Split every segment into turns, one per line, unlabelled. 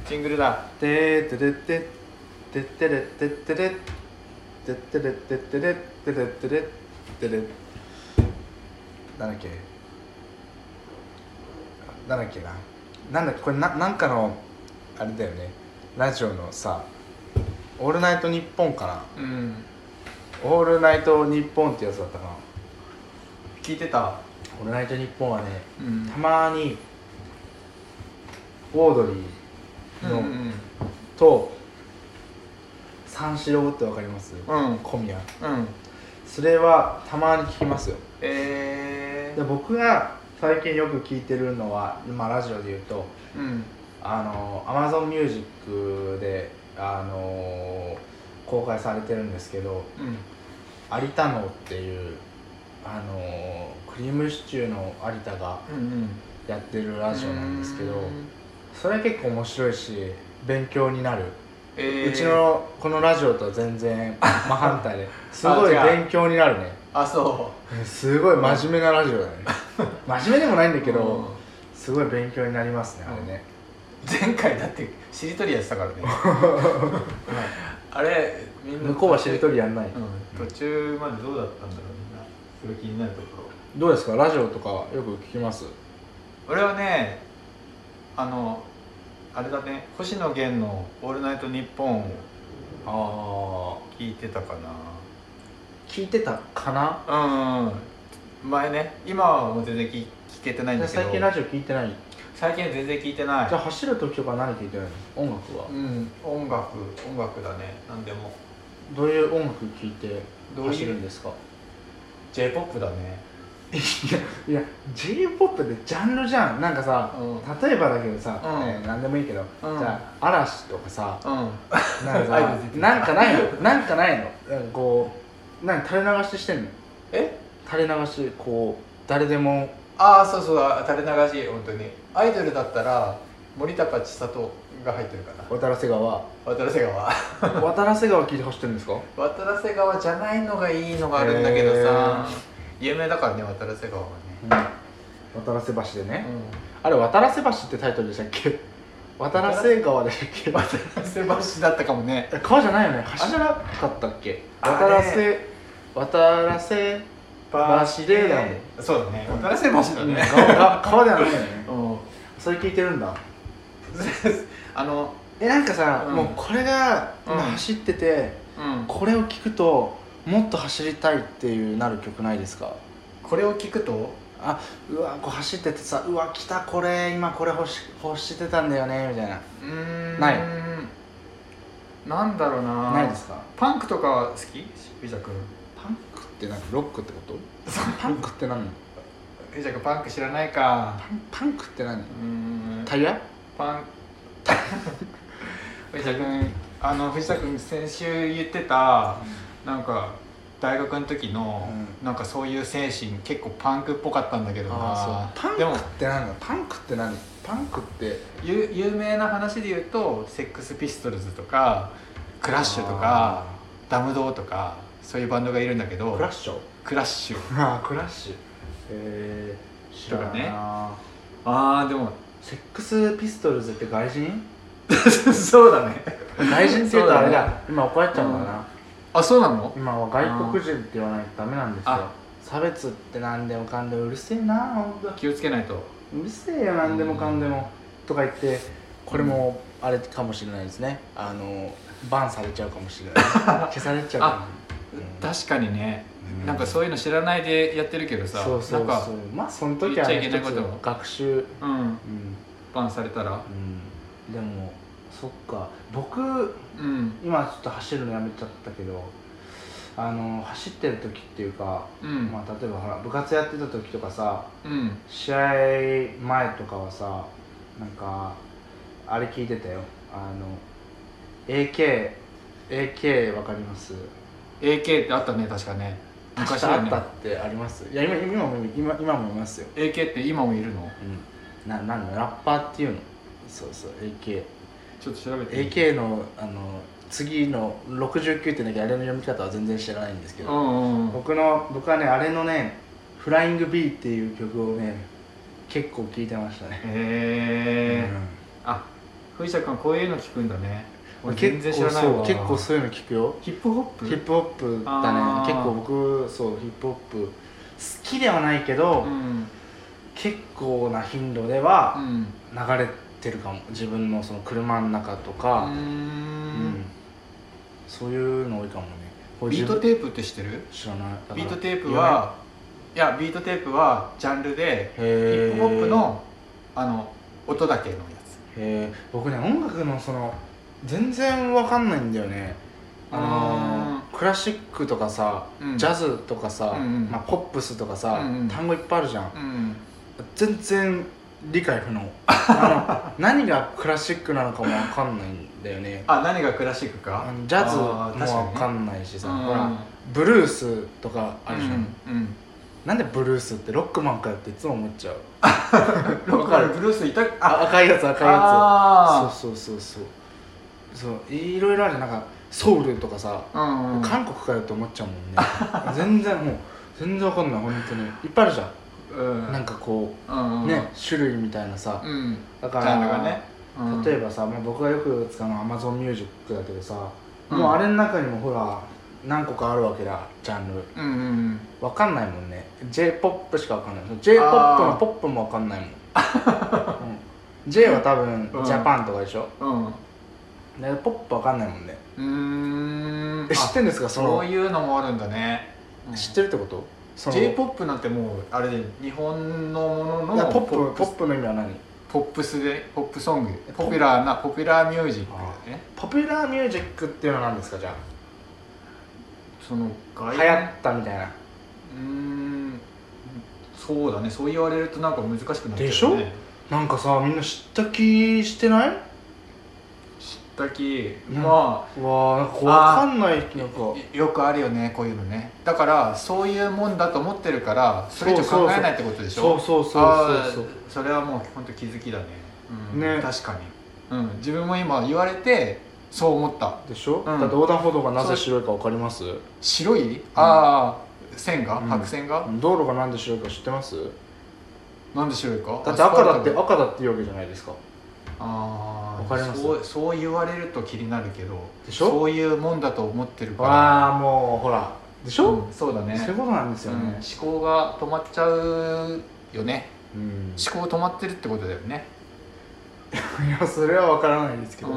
ジングルだ。
てってれっててってれってってれてってれってってれってれってれってれなんだっけなんだっけななんだっけこれなんかのあれだよねラジオのさオールナイトニッポンかなオールナイトニッポンってやつだったかな
聞いてた。
オールナイトニッポンはね、たまにオードリーの、と三四郎ってわかります？小宮。それはたまに聞きますよ。で僕が最近よく聞いてるのは、ラジオで言うと、Amazon Music で、公開されてるんですけど、有田のっていうクリームシチューの有田がやってるラジオなんですけど、それは結構面白いし勉強になる。うちのこのラジオとは全然真反対ですごい勉強になるね。
あ、そう。
すごい真面目なラジオだね。真面目でもないんだけど、すごい勉強になりますね、あれね。
前回だってしりとりやってたからね。あれみんな
向こうはしりとりやんない。
途中までどうだったんだろう、みんな。すごい気になるところ。
どうですか、ラジオとかよく聞きます？
俺はね、あれだね、星野源の「オールナイトニッポン」を聞いてたかな。
聞いてたかな。
前ね、今はもう全然聞けてないんだけど。
最近ラジオ聞いてない？
最近は全然聞いてない。
じゃあ走る時とか何聞いてないの？音楽は？
音楽だね、何でも。
どういう音楽聞いて走るんですか？
J-POP だね。
いや J-POP ってジャンルじゃん。なんかさ、例えばだけどさ、何でもいいけど、じゃあ嵐とかさ、なんかないの？なんかないの？こう垂れ流ししてんの？垂れ流し、こう誰でも。
そうそう、垂れ流し。本当にアイドルだったら森高千里が入ってるかな。
渡良瀬川
渡良瀬川
渡良瀬川聞いて走ってるんですか？
渡良瀬川じゃないのがいいのがあるんだけどさ、有名だからね、渡良瀬川はね。
渡良瀬橋でね、あれ渡良瀬橋ってタイトルでしたっけ？渡良瀬川でしたっけ？
渡良瀬橋だったかもね。
川じゃないよね、橋じゃなかったっけ？渡良瀬橋でだもん。
そうだね、渡良瀬橋だね。
川ではないよね。それ聞いてるんだ。なんかさ、もうこれが今走ってて、これを聞くともっと走りたいっていうなる曲ないですか？
これを聞くと
うわ、こう走っててさ、うわ来た、これ今これ欲してたんだよねみたいな。ない？
なんだろうな。
ないですか？
パンクとか好き？藤田君。
パンクって何？ロックってこと？パンクって何？
藤田君パンク知らないか。
パンクって何？タイヤ？
藤田君先週言ってた、なんか大学の時の、なんかそういう精神結構パンクっぽかったんだけどな。
パンクって何？パンクって何？パンクって
有名な話で言うとセックスピストルズとかクラッシュとかダムドーとかそういうバンドがいるんだけど。
クラッシュ
クラッシュ
知らない
な。でも
セックスピストルズって外人？
そうだね。
外人って言うとあれだ、今怒られちゃうんだな。
そうなの？
今は外国人って言わないとダメなんですよ。差別って何でもかんでもうるせえな、ほんと
気をつけないと。
うるせえよ、何でもかんでもとか言って、これもあれかもしれないですね。バンされちゃうかもしれない。消されちゃうかも。
確かにね。なんかそういうの知らないでやってるけどさ、なんか
その時は
言っちゃいけないことを
学習
バンされたら。
でもそっか、僕今ちょっと走るのやめちゃったけど、走ってる時っていうか、例えばほら部活やってた時とかさ、試合前とかはさ、なんかあれ聞いてたよ。AK わかります？
AK ってあったね、確かね。
昔あったってあります？いや今もいますよ。
AK って今もいるの？
なんだラッパーっていうの？そう AK。
ちょっと調べて。
AK の次の69ってんだけど、あれの読み方は全然知らないんですけど、僕はね、あれのねフライング B っていう曲をね結構聴いてましたね。
藤田君こういうの聞くんだね。俺全然知らないわ。
結構そういうの聞くよ。
ヒップホップ？
ヒップホップだね。結構僕そうヒップホップ好きではないけど、結構な頻度では流れてるかも。自分のその車の中とか、そういうの多いかもね。
ビートテープって知ってる？
知らない。
ビートテープは、いやビートテープはジャンルでヒップホップの音だけのやつ。
僕ね音楽のその全然わかんないんだよね。クラシックとかさ、ジャズとかさ、ポップスとかさ、単語いっぱいあるじゃん。全然理解不能。何がクラシックなのかもわかんないんだよね。
何がクラシックか？
ジャズもわかんないしさ、ほらブルースとかあるじゃん。なんでブルースってロックマンかよっていつも思っちゃう。
ロックマンブルースいた？
赤いやつ。そういろいろあるじゃん。なんかソウルとかさ、韓国かよって思っちゃうもんね。全然わかんない。本当にいっぱいあるじゃん。なんかこうね種類みたいなさ。だから例えばさ、僕がよく使うのは Amazon Music だけどさ、もうあれの中にもほら何個かあるわけだ、ジャンル。わかんないもんね。 J-POP しかわかんない。 J-POP のポップもわかんないもん。J は多分ジャパンとかでしょ。でポップわかんないもんね。知ってんですか？
そういうのもあるんだね。
知ってるってこと？
J-POP なんてもうあれで日本のものの
ポップの意味は何？
ポップスでポップソング、ポピュラーミュージックだね。
ポピュラーミュージックっていうのは何ですか？じゃあ
その
流行ったみたいな。
そうだね。そう言われるとなんか難しくなっちゃうね。
でしょ？なんかさ、みんな知った気してない？
知った気、
なんか分かんない。なんか
よくあるよね、こういうのね。だからそういうもんだと思ってるからそれ以上考えないってことでしょ。
そう
それはもう本当気づきだね。ね、確かに。自分も今言われてそう思った
でしょ。だって横断歩道がなぜ白いか分かります？
白い？線が、白線が。
道路がなんで白いか知ってます？
なんで白いか？
だって赤だっていうわけじゃないですか。
わ
かります？
そう言われると気になるけど、
でしょ？
そういうもんだと思ってるから。
もうほらでしょ。
そうだね。
そういうことなんですよね。
思考が止まっちゃうよね。思考止まってるってことだよね。
いやそれは分からないですけど、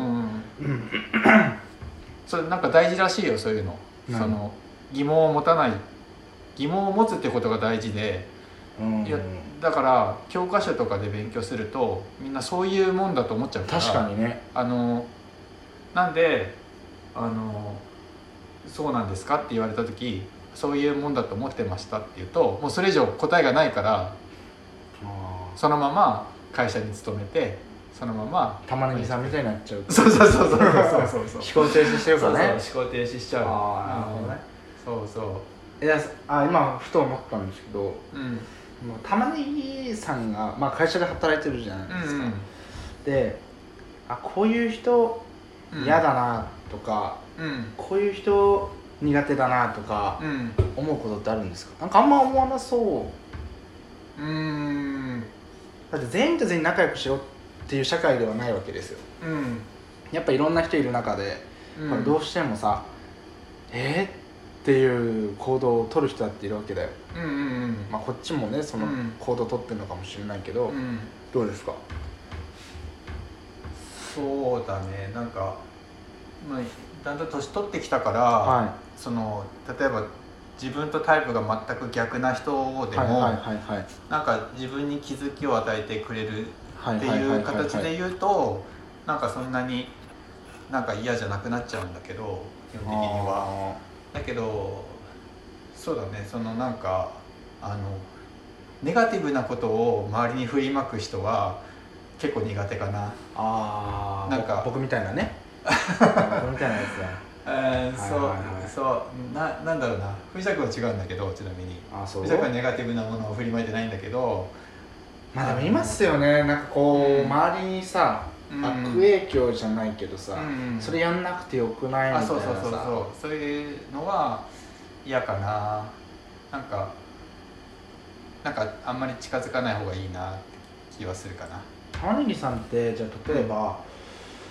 それなんか大事らしいよ、そういうの。その疑問を持つってことが大事で、いやだから教科書とかで勉強するとみんなそういうもんだと思っちゃうから。
確かにね。
なんでそうなんですかって言われた時、そういうもんだと思ってましたって言うと、もうそれ以上答えがないから、そのまま会社に勤めて、そのまま
玉ねぎさんみたいになっちゃう。
そう
思考停止してるからね。
思考停止しちゃう。
なるほどね。
そう
いや今ふと思ったんですけど、もう玉ねぎさんが、会社で働いてるじゃないですか。でこういう人嫌だなとか、こういう人苦手だなとか思うことってあるんですか？なんかあんま思わなそう。だって全員と全員仲良くしろっていう社会ではないわけですよ。やっぱいろんな人いる中で、どうしてもさっていう行動を取る人だっているわけだよ。こっちもねその行動を取ってるのかもしれないけど、どうですか？
そうだね。なんかだんだん年取ってきたから、その例えば自分とタイプが全く逆な人でもなんか自分に気づきを与えてくれるっていう形で言うと、なんかそんなになんか嫌じゃなくなっちゃうんだけど、基本的には。だけどそうだね、そのなんかネガティブなことを周りに振りまく人は結構苦手かな。
なんか僕みたいなね。僕みたいなやつだ。
なんだろうな。藤田君は違うんだけど、ちなみに。藤田君はネガティブなものを振りまいてないんだけど。
でもいますよね。なんかこう周りにさ、悪影響じゃないけどさ、それやんなくてよくないみたいなさ。
そういうのは嫌かな。なんかあんまり近づかない方がいいなって気はするかな。
玉ねぎさんってじゃあ例えば、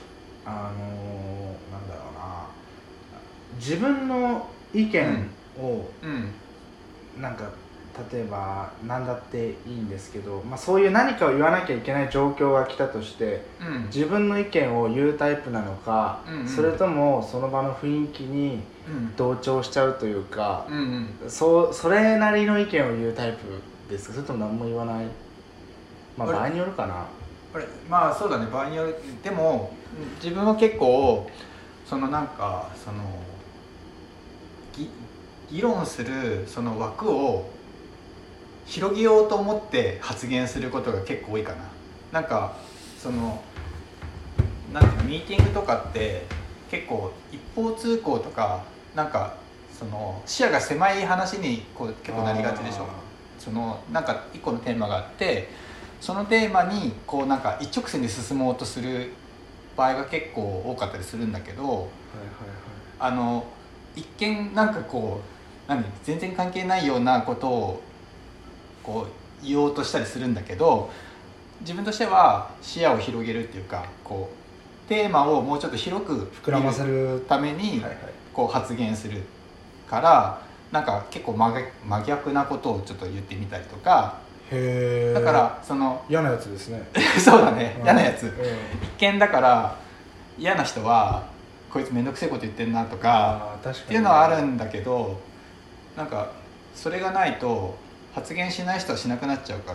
なんだろうな、自分の意見を、なんか例えば何だっていいんですけど、そういう何かを言わなきゃいけない状況が来たとして、自分の意見を言うタイプなのか、それともその場の雰囲気に同調しちゃうというか、それなりの意見を言うタイプですか、それとも何も言わない、場合によるかな。
そうだね、場合による。でも自分は結構議論するその枠を広げようと思って発言することが結構多いかな。ミーティングとかって結構一方通行とか、視野が狭い話に結構なりがちでしょ。一個のテーマがあって、そのテーマに一直線で進もうとする場合が結構多かったりするんだけど、一見全然関係ないようなことを言おうとしたりするんだけど、自分としては視野を広げるっていうか、テーマをもうちょっと広く
膨らませる
ために発言するから、結構真逆なことをちょっと言ってみたりとか。だから
嫌なやつですね。
そうだね、嫌なやつ。一見だから嫌な人はこいつめんどくせえこと言ってんなとかっていうのはあるんだけど、それがないと発言しない人はしなくなっちゃうから、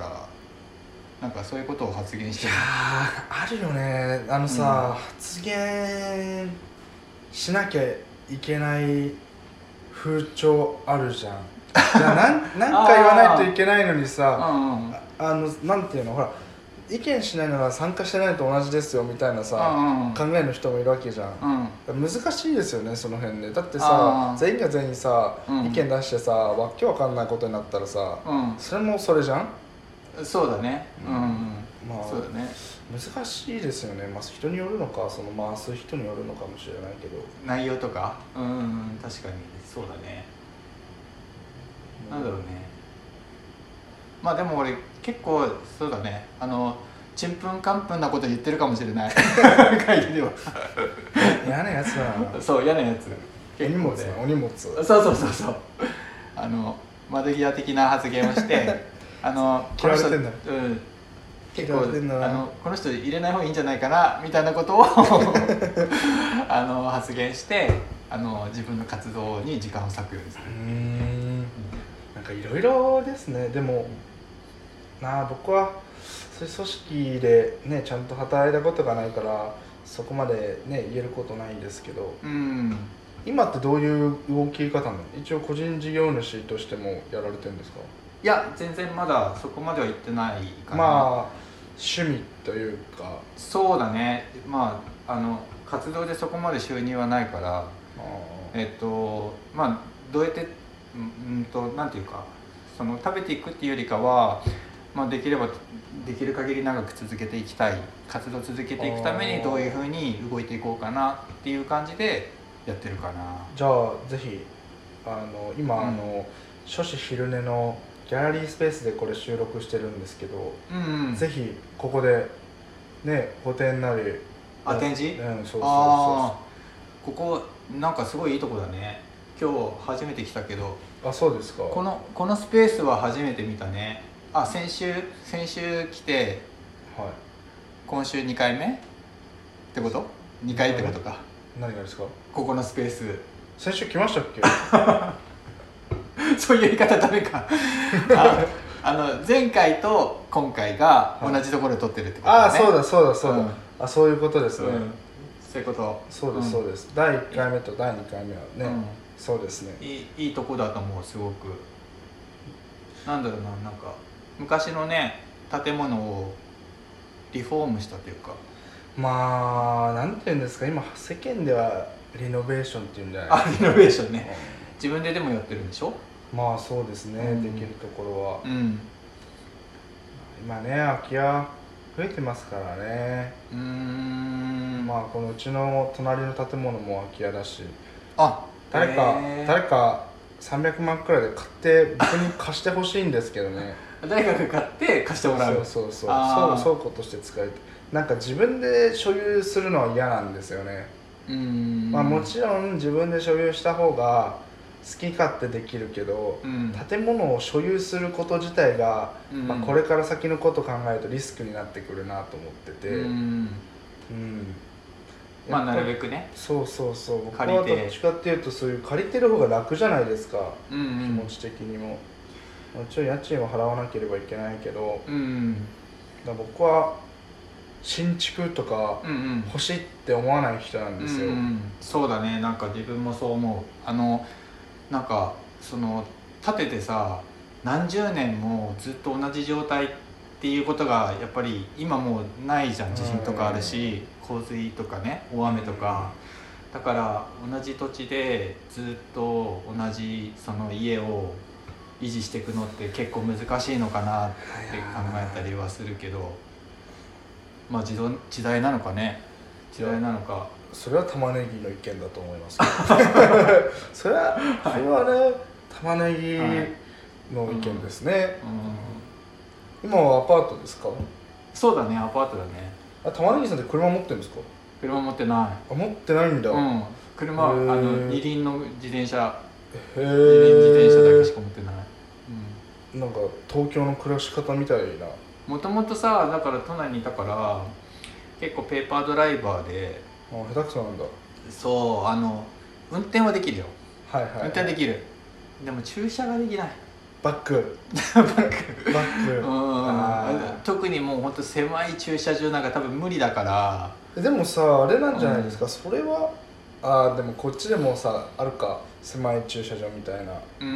そういうことを発言してる。
あるよね。発言しなきゃいけない風潮あるじゃん。じゃあなんか言わないといけないのにさ、なんていうの、ほら、意見しないなら参加してないと同じですよみたいなさ、考えの人もいるわけじゃん。難しいですよね、その辺で。だってさ、全員が全員さ、意見出してさ、わけわかんないことになったらさ、それもそれじゃん。
そうだね。そうだね。
難しいですよね。人によるのか、その回す人によるのかもしれないけど。
内容とか、確かにそうだね。なんだろうね。でも俺結構そうだね、ちんぷんかんぷんなこと言ってるかもしれない。会議では
嫌なやつだな。
そう、嫌なやつ。
お荷物。
そう窓際的な発言をして、
嫌われてんだ。
結構この人入れない方がいいんじゃないかなみたいなことを発言して、自分の活動に時間を割くようにする。
いろいろですね。でも僕はそういう組織でねちゃんと働いたことがないからそこまでね言えることないんですけど、今ってどういう動き方なの？一応個人事業主としてもやられてるんですか？
いや、全然まだそこまでは行ってないかな。
趣味というか。
そうだね。活動でそこまで収入はないから、どうやってなんていうか、食べていくっていうよりかは、できればできる限り長く続けていきたい、活動を続けていくためにどういうふうに動いていこうかなっていう感じでやってるかな。
じゃあぜひ今初子昼寝のギャラリースペースでこれ収録してるんですけど、ぜひここでね個展なり
展示、
そう
ここすごいいいとこだね。今日初めて来たけど。
そうですか。
このスペースは初めて見たね。先週来て、今週2回目ってこと？ 2 回ってことか。
何がですか？
ここのスペース
先週来ましたっけ？
そういう言い方ダメか。前回と今回が同じところで撮ってるってことだね。
そうだ、そういうことですね。
そういうこと。
そうです。第1回目と第2回目はね、そうですね。
いいとこだと思う。すごく昔のね建物をリフォームしたというか、
なんていうんですか、今世間ではリノベーションっていうんじゃないですか。
リノベーションね。自分ででもやってるんでしょ？
そうですね、できるところは。今ね空き家増えてますからね。このうちの隣の建物も空き家だし、誰か300万くらいで買って僕に貸してほしいんですけどね。
誰かが買って貸してもらう。
そう倉庫として使えて、 なんか自分で所有するのは嫌なんですよね。まあ、もちろん自分で所有した方が好き勝手できるけど、建物を所有すること自体が、まあ、これから先のことを考えるとリスクになってくるなと思ってて、
まあなるべくね、
そう僕はどっちかっていうとそういう借りてる方が楽じゃないですか、気持ち的にも。もちろん家賃は払わなければいけないけど、だから僕は新築とか欲しいって思わない人なんですよ。
そうだね、なんか自分もそう思う。なんかその建ててさ何十年もずっと同じ状態っていうことがやっぱり今もうないじゃん。地震とかあるし、洪水とかね、大雨とか、だから同じ土地でずっと同じその家を維持していくのって結構難しいのかなって考えたりはするけど、まあ時代なのかね、時代なのか。
それは玉ねぎの意見だと思いますけどそれはね、玉ねぎの意見ですね。今はアパートですか？
そうだね、アパートだね。
玉ねぎさんって車持ってるんですか？
車持ってない。
持ってないんだ。
車二輪の自転車、二輪自転車だけしか持ってない。
なんか東京の暮らし方みたいな。
もともとさ、だから都内にいたから結構ペーパードライバーで。
下手くそなんだ。
そう、運転はできるよ。運転できる。でも駐車ができない。
バック
特にもうほんと狭い駐車場なんか多分無理だから。
でもさ、あれなんじゃないですか、それは。でもこっちでもさ、あるか、狭い駐車場みたいな。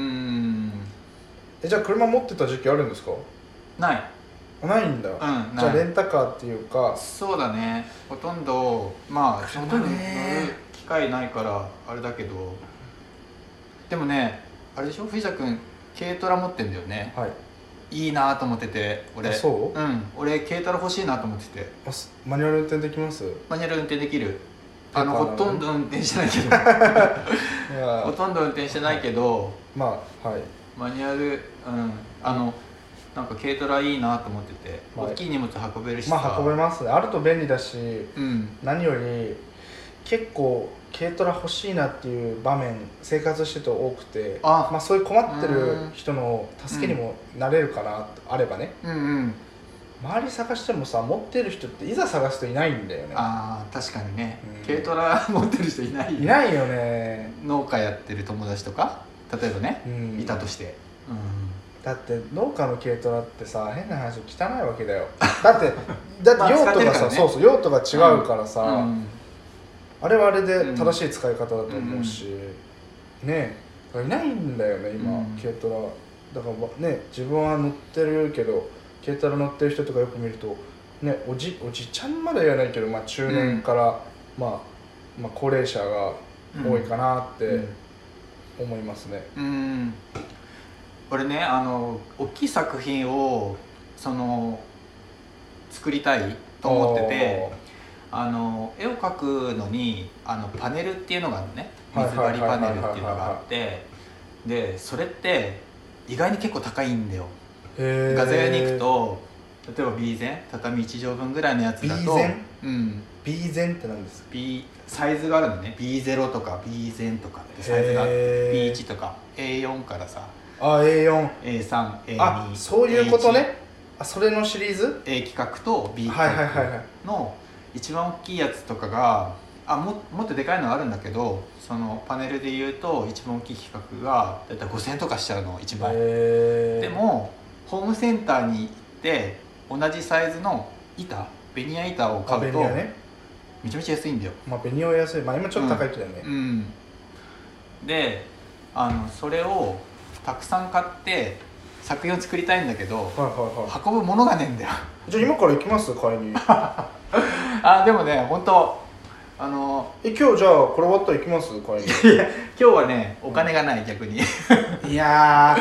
じゃあ車持ってた時期あるんですか？ないんだ。じゃあレンタカーっていうか。
そうだね、ほとんどほとんど乗る機会ないからあれだけど、でもね、あれでしょ、藤田君軽トラ持ってんだよね。いいなと思ってて、俺。俺軽トラ欲しいなと思ってて。
マニュアル運転できます？
マニュアル運転できる。ほとんど運転してないけどほとんど運転してないけど、マニュアル、なんか軽トラいいなと思ってて、大きい荷物運べるしさ。
運べますね。あると便利だし、何より結構軽トラ欲しいなっていう場面、生活してて多くて、そういう困ってる人の助けにもなれるかな、あればね。周り探してもさ、持ってる人っていざ探すといないんだよね。
確かにね、軽トラ持ってる人いない
よね。
農家やってる友達とか例えばね、いたとして、
だって農家の軽トラってさ、変な話汚いわけだよ。だって用途がさ、用途が違うからさ、あれはあれで正しい使い方だと思うし、ねえ、いないんだよね今、軽トラ。だからね、自分は乗ってるけど、軽トラ乗ってる人とかよく見るとね、おじちゃんまで言わないけど、中年から、高齢者が多いかなって思いますね。
俺ね、大きい作品を作りたいと思ってて、絵を描くのにパネルっていうのがあるね、水張りパネルっていうのがあって、でそれって意外に結構高いんだよ。画材屋に行くと、例えば B 線畳1畳分ぐらいのやつだと、
B 線って何ですか？
サイズがあるのね。 B0 とか B 線とかってサイズがあって、 B1 とか A4 からさ、
A4、
A3、A2、
そういうことね。それのシリーズ
A 企画と B 企画の一番大きいやつとかがもっとでかいのはあるんだけど、そのパネルでいうと一番大きい企画がだいたい5000円とかしちゃうの、1枚。でもホームセンターに行って同じサイズのベニヤ板を買うとめちゃめちゃ安いんだよ。
ベニヤは安い。今ちょっと高いけどね。
でそれをたくさん買って作品を作りたいんだけど、運ぶものがねえんだよ。
じゃあ今から行きます？買いに。
でもね、本当
今日じゃあこれ終わったら行きます？買いに。
いや、今日はね、お金がない、逆に。
いや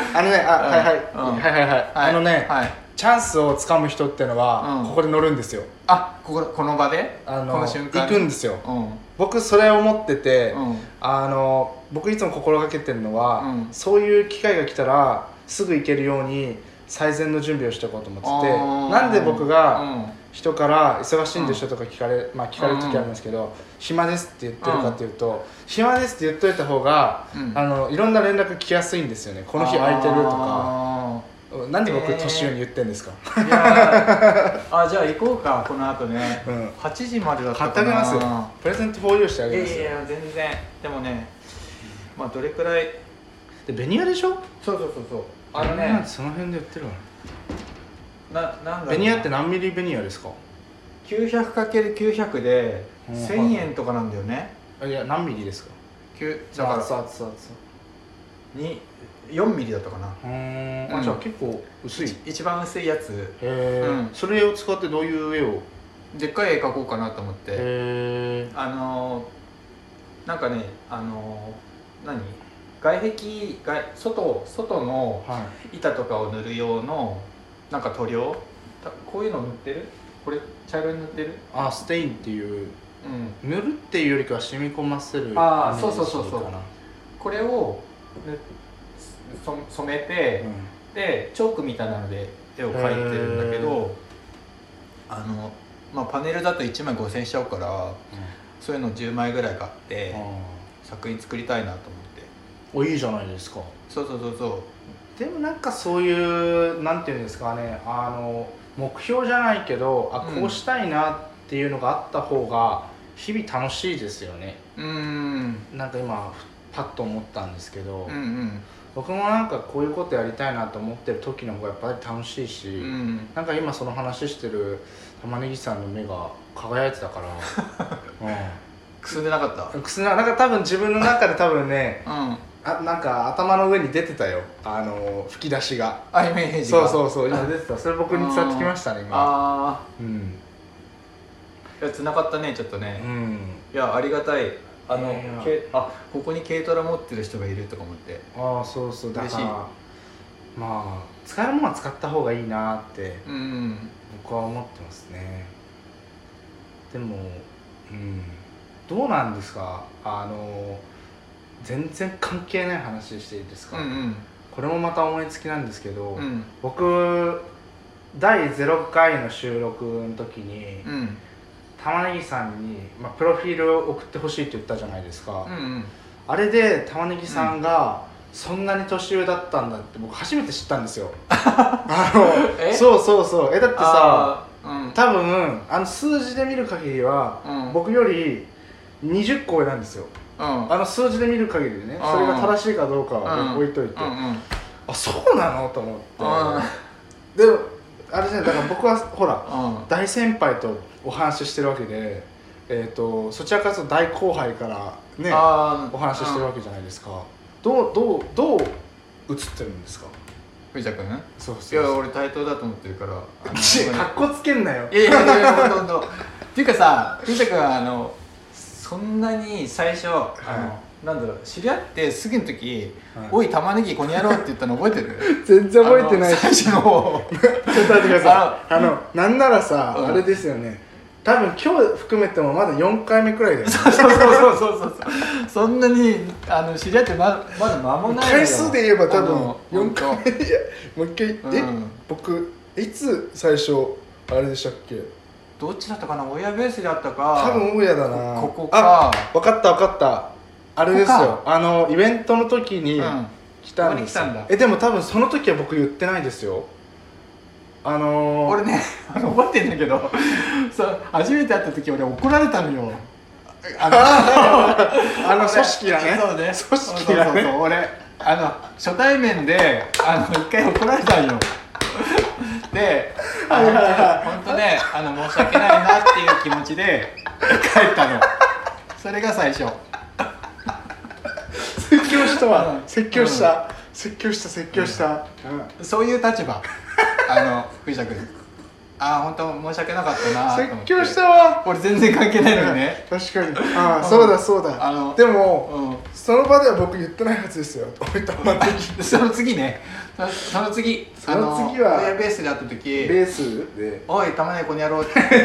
チャンスをつかむ人ってのはここで乗るんですよ。
この場でこの瞬間
行くんですよ。僕それを思ってて、僕いつも心がけてるのは、そういう機会が来たらすぐ行けるように最善の準備をしておこうと思ってて、なんで僕が人から忙しいんでしょとか聞かれる時あるんですけど、暇ですって言ってるかっていうと、暇ですって言っといた方が、いろんな連絡来やすいんですよね。この日空いてるとか。なんで僕年上に言ってんですか。
いやじゃあ行こうか、この後ね、8時までだったかな。
買ってあげますよ、プレゼント4用意してあげますよ。
いや全然。でもね、まあどれくらい
でベニヤでしょ。
そう
その辺で売ってるわ。
なんだろう、
ベニヤって何ミリベニヤですか。
900×900 で1000円とかなんだよね。
いや何ミリですか。
だから
熱
4ミリだったかな。
じゃあ結構薄い。
一番薄いやつ。
へえ、それを使ってどういう絵を。
でっかい絵描こうかなと思って。なんかね、外壁外の板とかを塗る用のなんか塗料、こういうの塗ってる。これ茶色に塗ってる。
ステインっていう、塗るっていうよりかは染み込ませる。
そうこれを染めて、でチョークみたいなので絵を描いてるんだけど、パネルだと1枚5000円しちゃうから、そういうの10枚ぐらい買って作品作りたいなと思って。
いいじゃないですか。
そう
でもなんかそういうなんていうんですかね、目標じゃないけどこうしたいなっていうのがあった方が日々楽しいですよね。なんか今パッと思ったんですけど、僕もなんかこういうことやりたいなと思ってる時の方がやっぱり楽しいし、なんか今その話してる玉ねぎさんの目が輝いてたから
くすんでなかった。
なんか多分自分の中で多分ね、なんか頭の上に出てたよ、吹き出しが。
イメージが。
そう今出てた。それ僕に伝わってきましたね今。
いや繋がったね、ちょっとね。いやありがたい。ここに軽トラ持ってる人がいるとか思って。
そうだから使えるものは使った方がいいなって僕は思ってますね。でもどうなんですか。全然関係ない話していいですか。これもまた思いつきなんですけど、僕第0回の収録の時に、玉ねぎさんに、プロフィールを送ってほしいって言ったじゃないですか。あれで玉ねぎさんがそんなに年上だったんだって僕初めて知ったんですよ。そうだってさ、多分数字で見る限りは、僕より20個上なんですよ。数字で見る限りでね、それが正しいかどうかは置いといて、そうなのと思って。でもあれじゃない、だから僕はほら、大先輩とお話ししてるわけで、そちらからと大後輩からねお話ししてるわけじゃないですか。どう映ってるんですか
藤田君。
い
や俺対等だと思ってるから。か
っこつけんなよ。
いやほんとっていうかさ、藤田君はそんなに最初なんだろう、知り合ってすぐの時「おい玉ねぎこにやろう」って言ったの覚えてる？
全然覚えてない。
最初の方
ちょっと待ってください。なんならさ、あれですよね、多分今日含めてもまだ4回目くらいだよね。
そうそんなに知り合ってまだ間もないのよ。
回数で言えば多分4回目。いやもう一回僕いつ最初あれでしたっけ。
どっちだったかな、親ベースであったか。
多分親だな。
ここか。
分かったあれですよ、イベントの時に来たんですよ。でも多分その時は僕言ってないですよ。
俺ね覚えてんだけど初めて会った時俺怒られたのよ。
組織がね。
そうね、組織がね。俺初対面で一回怒られたんよ。で本当ね申し訳ないなっていう気持ちで帰ったの。それが最初。
説教した。
そういう立場。藤田君。本当申し訳なかったなと思って。
説教したわ。
俺全然関係ないのにね。
確かに。そうだ。でもその場では僕言ってないはずですよ。
その次は親ベースで会った時、
ベースで
おい玉ねぎこにやろうって言って。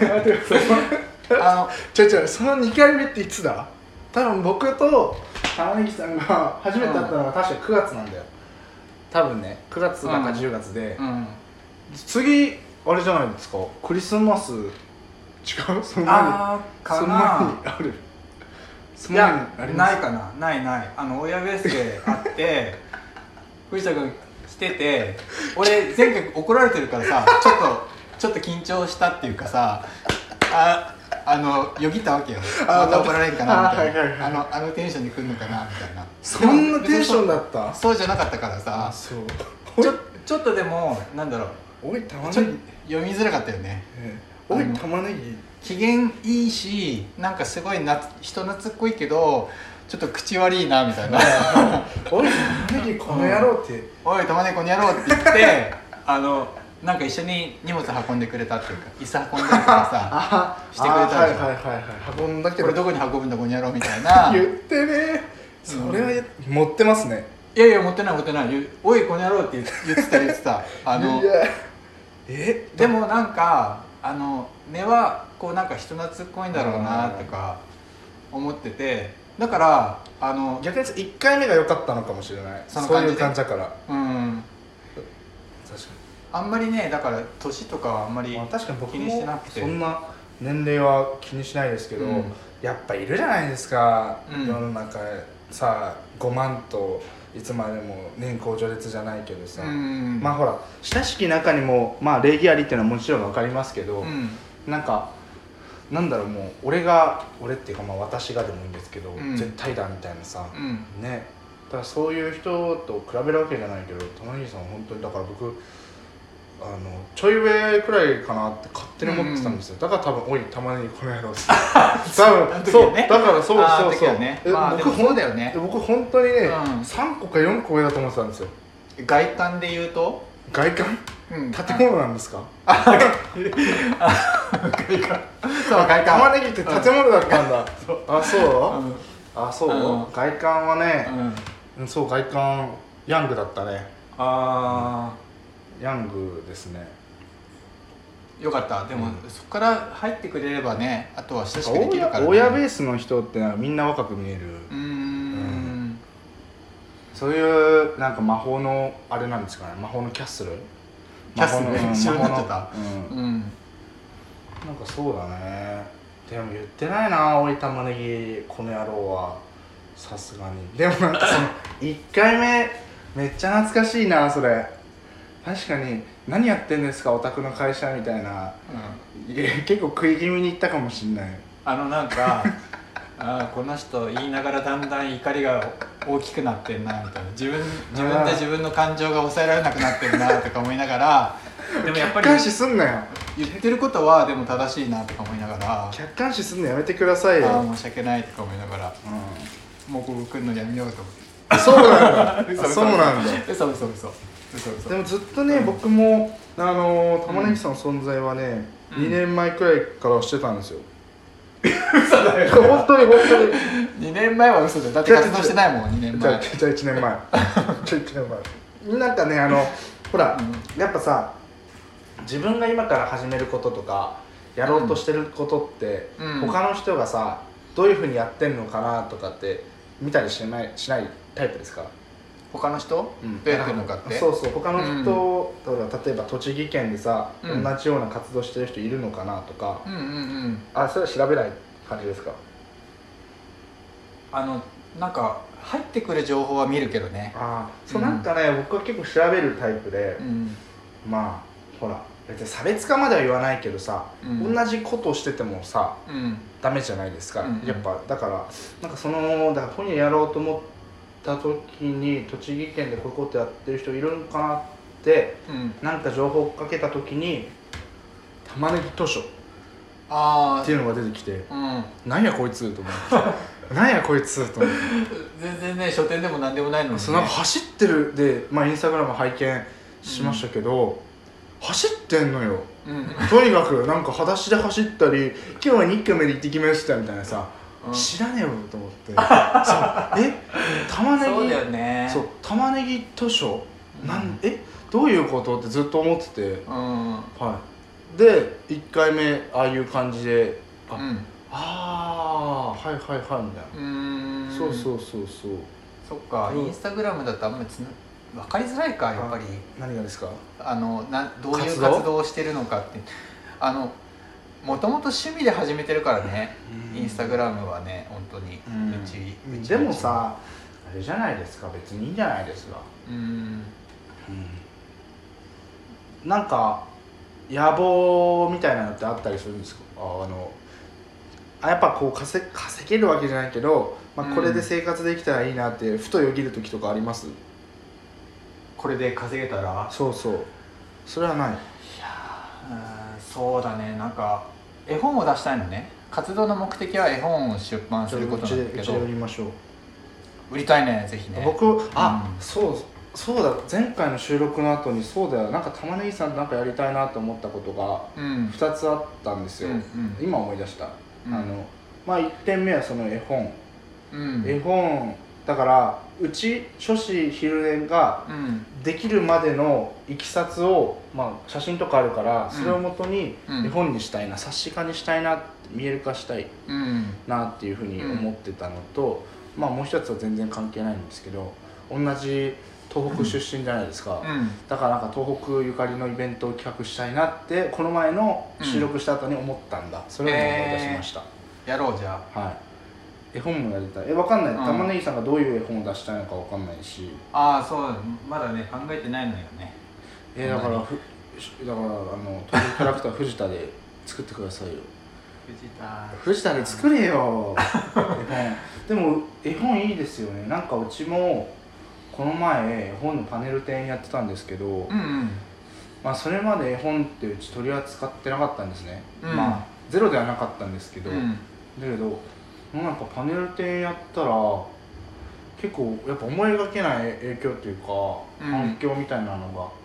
その2回目っていつだ？多分僕と玉ねぎさんが初めて会ったのが確か9月なんだよ。多分ね9月だか10月で、次あれじゃないですか、クリスマス違う？その前に
あーかな、
その前にある？
いやないかな、ない親ベースで会って藤田君来てて、俺前回怒られてるからさちょっと緊張したっていうかさ、よぎったわけよ。また怒られんかなみたいな、あのテンションに来るのかなみたいな。
そんなテンションだった？
そうじゃなかったからさ、
そう
ちょっとでもなんだろう、
おい玉ねぎ
読みづらかったよね。
おい玉ねぎ
機嫌いいし、なんかすごい人懐っこいけどちょっと口悪いなみたいな
おい玉ねぎこの野郎って、
おい玉ねぎこの野郎って言ってなんか一緒に荷物運んでくれたっていうか、椅子運んだりとかさしてくれたでしょ。
運んだけど
これどこに運ぶんだこの野郎みたいな
言ってね、それは持ってますね。
いや持ってないおいこの野郎って言ってたでもなんか根はこうなんか人懐っこいんだろうなとか思ってて、だから
逆に1回目が良かったのかもしれない。そういう感じだから。確かに
あんまりね、だから年とかはあんまり気にしてなくて、
そんな年齢は気にしないですけど、やっぱいるじゃないですか、世の中さ、5万といつまでも年功序列じゃないけどさ、まあほら親しき中にもまあ礼儀ありっていうのはもちろん分かりますけど、なんかなんだろう、もう俺っていうかまあ私がでもいいんですけど、絶対だみたいなさ、ね、だからそういう人と比べるわけじゃないけど、玉ねぎさんは本当にだから僕ちょい上くらいかなって勝手に思ってたんですよ。だから多分おい玉ねぎこの野郎って多分そうだからそう僕本当にね、3個か4個上だと思ってたんですよ。
外観で言うと
外観？建物なんですか？
外観
玉ねぎって建物だったんだ。そう、外観はね、そう外観ヤングだったね。ヤングですね。
よかった。でも、そこから入ってくれればね、あとは親しくできるからね。
親ベースの人ってのはみんな若く見える。そういうなんか魔法のあれなんですかね、魔法のキャッスル？
魔法の一緒になっちゃった。
なんかそうだね。でも言ってないな、おい玉ねぎこの野郎はさすがに。でもなんかその1回目めっちゃ懐かしいな、それ。確かに何やってんですかお宅の会社みたいな、結構食い気味に言ったかもしんない。
なんかこの人言いながらだんだん怒りが大きくなってんなみたいな、自分で自分の感情が抑えられなくなってるなとか思いながらでもやっぱり
客観視すんなよ、
言ってることはでも正しいなとか思いながら、
客観視すんのやめてくださいよ。
申し訳ないとか思いながら、もうここ来るのやめようと思って。
そうなんだそうなんだ
嘘
でもずっとね、僕も玉ねぎさんの存在はね、2年前くらいからしてたんですよ。
嘘だよ
本当に
2年前は嘘だよ。だって活動してないもん2年前。
じゃあ1年前なんかねほら、やっぱさ、自分が今から始めることとかやろうとしてることって、他の人がさどういうふうにやってんのかなとかって見たりしないタイプですか？
他の人、どうやってるのかって。
そう他の人、例えば栃木県でさ、同じような活動してる人いるのかなとか、それは調べない感じですか？
なんか入ってくる情報は見るけどね。
なんかね、僕は結構調べるタイプで、まあほら別に差別化までは言わないけどさ、同じことをしててもさ、ダメじゃないですか、やっぱ。だからなんかだから本屋やろうと思った時に栃木県でこういうことやってる人いるのかなって、なんか情報をかけた時に玉ねぎ図書っていうのが出てきて、なんやこいつと思ってなんやこいつと思って
全然ね、書店でもなんでもないのに、ね、
なんか走ってるで、インスタグラム拝見しましたけど、走ってんのよ、とにかくなんか裸足で走ったり、今日は日光まで行ってきましたみたいなさ、知らねえよと思って玉ねぎ、
そうだよね、
玉ねぎ図書どういうことってずっと思ってて、で1回目ああいう感じではいはいはいみたいな、そう
そっか、インスタグラムだとあんまり分かりづらいかやっぱり。
何がですか？
どういう活動をしてるのかって、もともと趣味で始めてるからね、インスタグラムはね、本当に、うち
でもさ、あれじゃないですか、別にいいんじゃないですか。なんか野望みたいなのってあったりするんですか？やっぱこう稼げるわけじゃないけど、これで生活できたらいいなってふとよぎる時とかあります？
これで稼げたら？
そうそう、それはない。い
や、そうだね、なんか絵本を出したいのね。活動の目的は絵本を出版することなんだけど、
うちで売りましょう。
売りたいね、ぜひね。
僕そうだ、前回の収録の後にそうだよ、なんか玉ねぎさんとなんかやりたいなと思ったことが2つあったんですよ、今思い出した。1点目はその絵本、絵本だから、うち書士昼寝ができるまでのいきさつを、写真とかあるから、それをもとに絵本にしたいな、冊子化にしたいな、見える化したいなっていうふうに思ってたのと、もう一つは全然関係ないんですけど、同じ東北出身じゃないですか、だからなんか東北ゆかりのイベントを企画したいなってこの前の収録した後に思ったんだ、それを思い出しました。
やろう、じゃあ。
はい、絵本もやりたい。わかんない、玉ねぎさんがどういう絵本を出したいのかわかんないし。
そう、まだね考えてないのよね。
だから東京キャラクター藤田で作ってくださいよ。藤田で作れよ絵本。でも絵本いいですよね。なんかうちもこの前絵本のパネル展やってたんですけど、それまで絵本ってうち取り扱ってなかったんですね、ゼロではなかったんですけど、だけどなんかパネル展やったら結構やっぱ思いがけない影響というか、反響みたいなのがあって、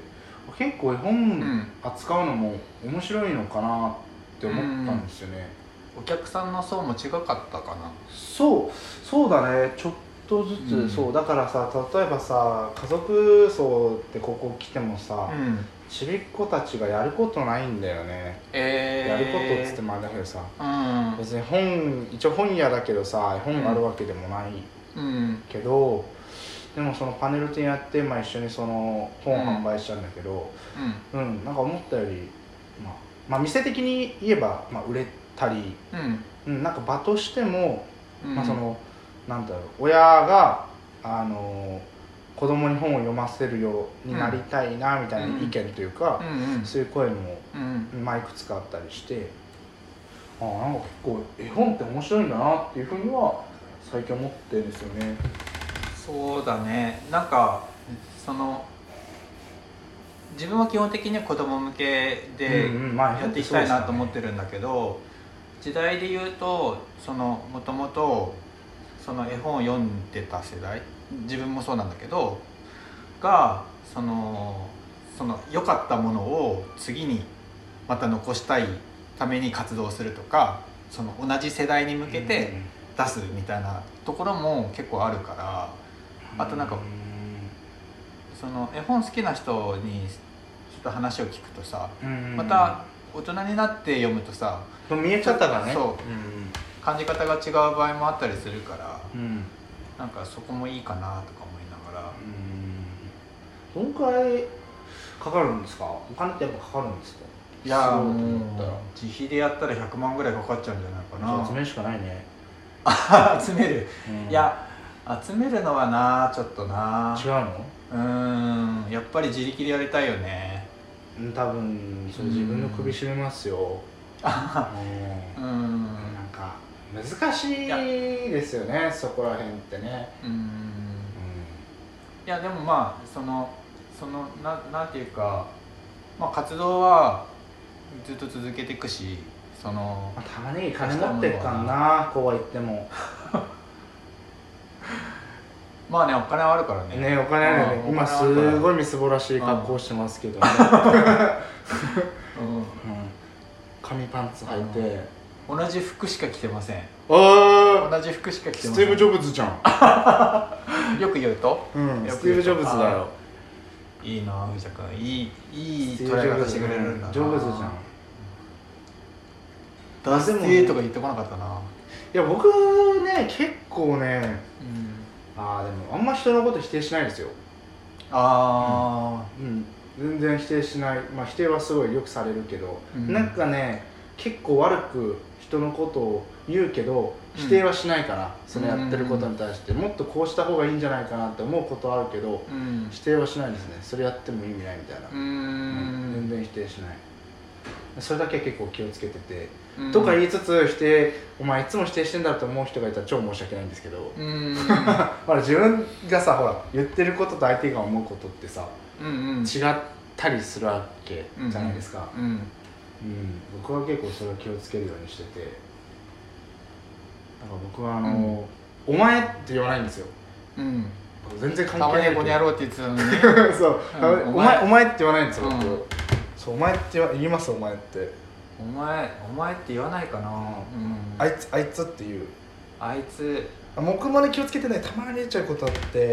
結構絵本扱うのも面白いのかなって思ったんですよね。
お客さんの層も違かったかな。
そうだね、ちょっとずつ、そうだからさ、例えばさ、家族層ってここ来てもさ、ちびっ子たちがやることないんだよね。やることっつってもあれだけどさ、別に一応本屋だけどさ、絵本があるわけでもないけど、でもそのパネル展やって、一緒にその本を販売しちゃうんだけど、なんか思ったより、店的に言えば、売れたり、なんか場としても、そのなんだろう、親が子供に本を読ませるようになりたいなみたいな意見というか、そういう声もいくつかあったりして、なんか結構絵本って面白いんだなっていうふうには最近思ってるんですよね。
そうだね、なんか自分は基本的には子供向けでやっていきたいなと思ってるんだけど、時代で言うともともとその絵本を読んでた世代、自分もそうなんだけどが良かったものを次にまた残したいために活動するとか、同じ世代に向けて出すみたいなところも結構あるから、あとなんか絵本好きな人にちょっと話を聞くとさ、また大人になって読むとさ、
見え方がね、
感じ方が違う場合もあったりするから、なんかそこもいいかなとか思いながら。
どんくらいかかるんですか？お金ってやっぱかかるんですか？
いやもう自費でやったら100万ぐらいかかっちゃうんじゃないかな。
集めるしかないね。
集める、いや集めるのはな、ちょっとな。
違う
の？やっぱり自力でやりたいよね。
多分それ自分の首絞めますよ。なんか難しいですよね、そこら辺ってね。
いやでもなんていうか、活動はずっと続けていくし、
玉ねぎ金持ってっかんな、こうは言っても。
お金はあるからね。
お金あるよね。今すごいみすぼらしい格好してますけどね。紙パンツ履いて、
同じ服しか着てません。
同
じ服しか着てません。
スティーブ・ジョブズじゃん。
よく言うと、
スティーブ・ジョブズだよ。
いいな、藤田君、いい捉え方してくれるんだな。
ジョブズじゃん。
ダスティーとか言ってこなかったな。
いや僕ね、結構ね、でもあんま人のこと否定しないですよ。 全然否定しない、否定はすごいよくされるけど、なんかね結構悪く人のことを言うけど否定はしないから、そのやってることに対してもっとこうした方がいいんじゃないかなって思うことはあるけど、否定はしないですね。それやっても意味ないみたいな、全然否定しない。それだけ結構気をつけてて、とか言いつつ否定、お前いつも否定してんだと思う人がいたら超申し訳ないんですけど、自分がさほら言ってることと相手が思うことってさ、違ったりするわけじゃないですか。僕は結構それを気をつけるようにしてて、だから僕はお前って言わないんですよ。全然関係ない。たまに
この野郎って言ってたのに
そう、お前って言わないんですよ、僕。そう、お前って言います、お前って。
お前って言わないかな。
あいつっていう。
あいつ。
僕まで気をつけてね、たまに言っちゃうことあって。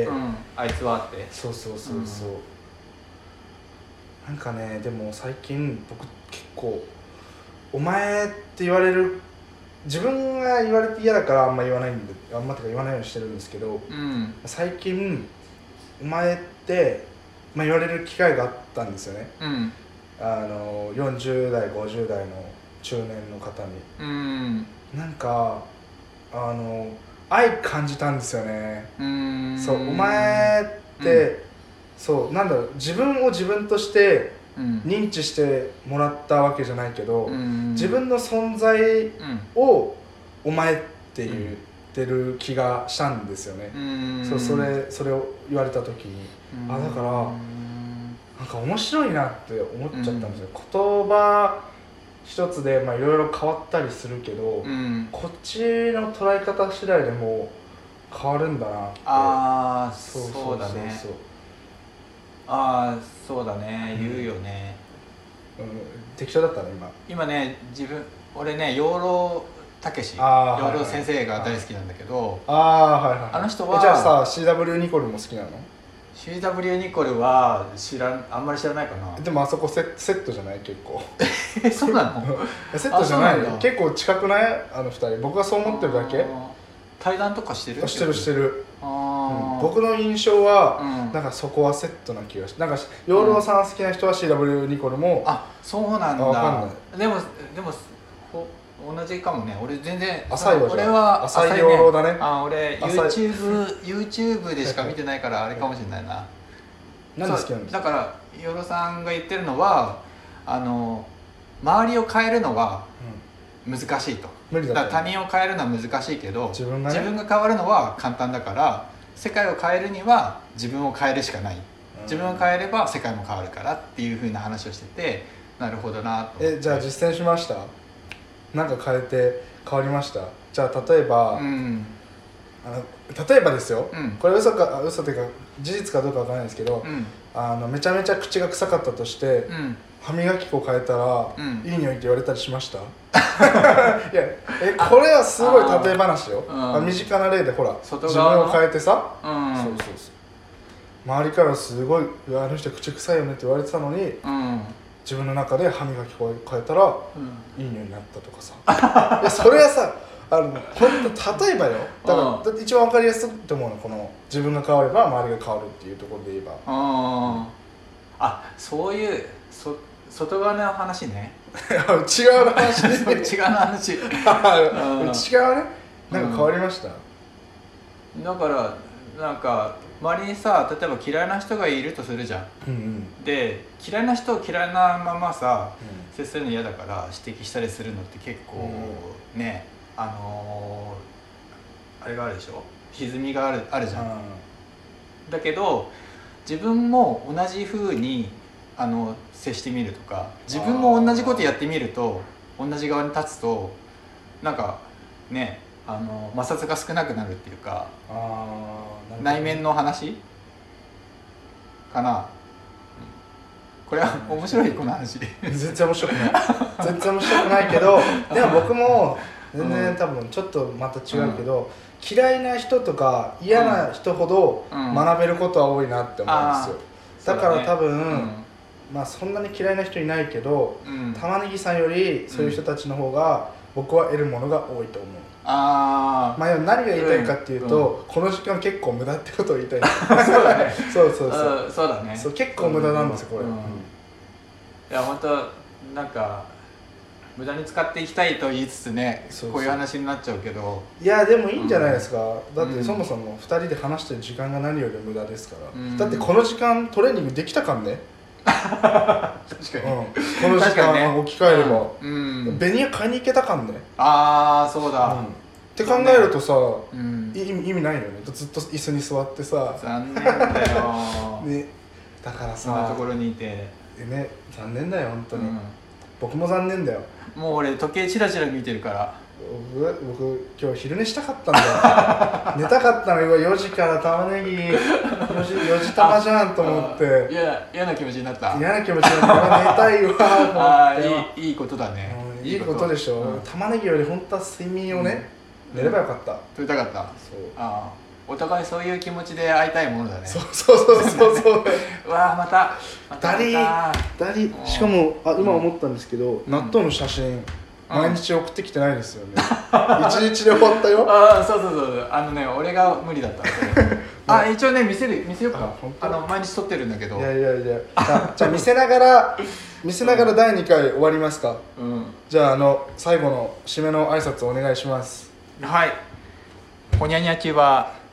あいつはって。
そう。なんかね、でも最近僕結構お前って言われる、自分が言われて嫌だからあんま言わないんで、あんまとか言わないようにしてるんですけど、最近お前って言われる機会があったんですよね。40代50代の中年の方に、なんか愛感じたんですよね。そう、お前って、そう、なんだろう、自分を自分として認知してもらったわけじゃないけど、自分の存在をお前って言ってる気がしたんですよね。それを言われた時に、だからなんか面白いなって思っちゃったんですよ。言葉一つでいろいろ変わったりするけど、こっちの捉え方次第でも変わるんだなって。
そうだね。そうだね、言うよね。
適当だったね
今ね、俺ね、養老孟司、養老先生が大好きなんだけど、あの人は
じゃあさ CW ニコルも好きなの？
CW ニコルはあんまり知らないかな。
でもあそこセットじゃない？結構
そうなの？
セットじゃない？結構近くない？あの二人。僕はそう思ってるだけ。
対談とかしてる？
してる。僕の印象は、なんかそこはセットな気がして、なんか養老さん好きな人は CW ニコルも、
そうなんだ。
分かんない。
でも同じかもね。俺全然
浅いわ。
俺は
浅い養老だね。
俺 YouTube でしか見てないからあれかもしれないな。
何好きなんですか？
だから養老さんが言ってるのは、周りを変えるのは難しいと。だから他人を変えるのは難しいけど、自分が変わるのは簡単だから、世界を変えるには自分を変えるしかない。自分を変えれば世界も変わるからっていう風な話をしてて、なるほどなと。
じゃあ実践しました？なんか変わりました？じゃあ例えば、例えばですよ、これ嘘というか事実かどうかわからないですけど、めちゃめちゃ口が臭かったとして、歯磨き粉変えたら、いい匂いって言われたりしました？いや、これはすごい例え話よ。身近な例でほら、自分を変えてさ、そう周りからすごいあの人口臭いよねって言われてたのに、自分の中で歯磨き粉を変えたら、いい匂いになったとかさ。いや、それはさ、本当例えばよ。だから一番わかりやすいと思うの、この自分が変われば周りが変わるっていうところで言えば。
そういう外側の話ね。
内側の話ね。
内側の話。
内側ね。なんか変わりました？
だからなんか周りにさ、例えば嫌いな人がいるとするじゃん。で、嫌いな人を嫌いなままさ、接するの嫌だから指摘したりするのって結構ね、あれがあるでしょ。歪みがあるじゃん。だけど自分も同じ風に接してみるとか、自分も同じことやってみると、同じ側に立つとなんかね、摩擦が少なくなるっていうか、内面の話かな。これは面白い？この話。
全然面白くない。全然面白くないけど、でも僕も全然多分ちょっとまた違うけど、嫌いな人とか嫌な人ほど学べることは多いなって思うんですよ。だから多分、そんなに嫌いな人いないけど、玉ねぎさんよりそういう人たちの方が僕は得るものが多いと思う。
まあ何が言いたいかっていうと、この時間結構無駄ってことを言いたい
そうだね
そう
そうだね、
そう結構無駄なんですよこれ、
いや本当なんか無駄に使っていきたいと言いつつね、こういう話になっちゃうけど、
いやでもいいんじゃないですか、だってそもそも2人で話してる時間が何より無駄ですから、だってこの時間トレーニングできたかんね
確かに、
この時間置き換えれば、ベニヤ買いに行けたかんね。
ああそうだ、
って考えるとさ、意味ないよね、ずっと椅子に座ってさ。
残念だよ
ね、だからさ、
そんなところにいて
ね、残念だよ本当に、僕も残念だよ。
もう俺時計チラチラ見てるから、
僕今日昼寝したかったんだよ寝たかったのよ、4時から玉ねぎ4時玉じゃんと思って、
嫌な気持ちになった。
嫌な気持ちになって寝たいわと思って。
いいことだね、
いいことでしょ、玉ねぎより本当は睡眠をね、寝ればよかった。
取りたかった。そうお互いそういう気持ちで会いたいものだね。
そう
うわあまた
ダリしかも今思ったんですけど、納豆の写真毎日送ってきてないですよね。一日で終わったよ。
そう俺が無理だった一応ね見せようか。毎日撮ってるんだけど。
いやじゃあ見せながら第2回終わりますか。じゃあ最後の締めの挨拶お願いします。
はい、ほにゃにゃちは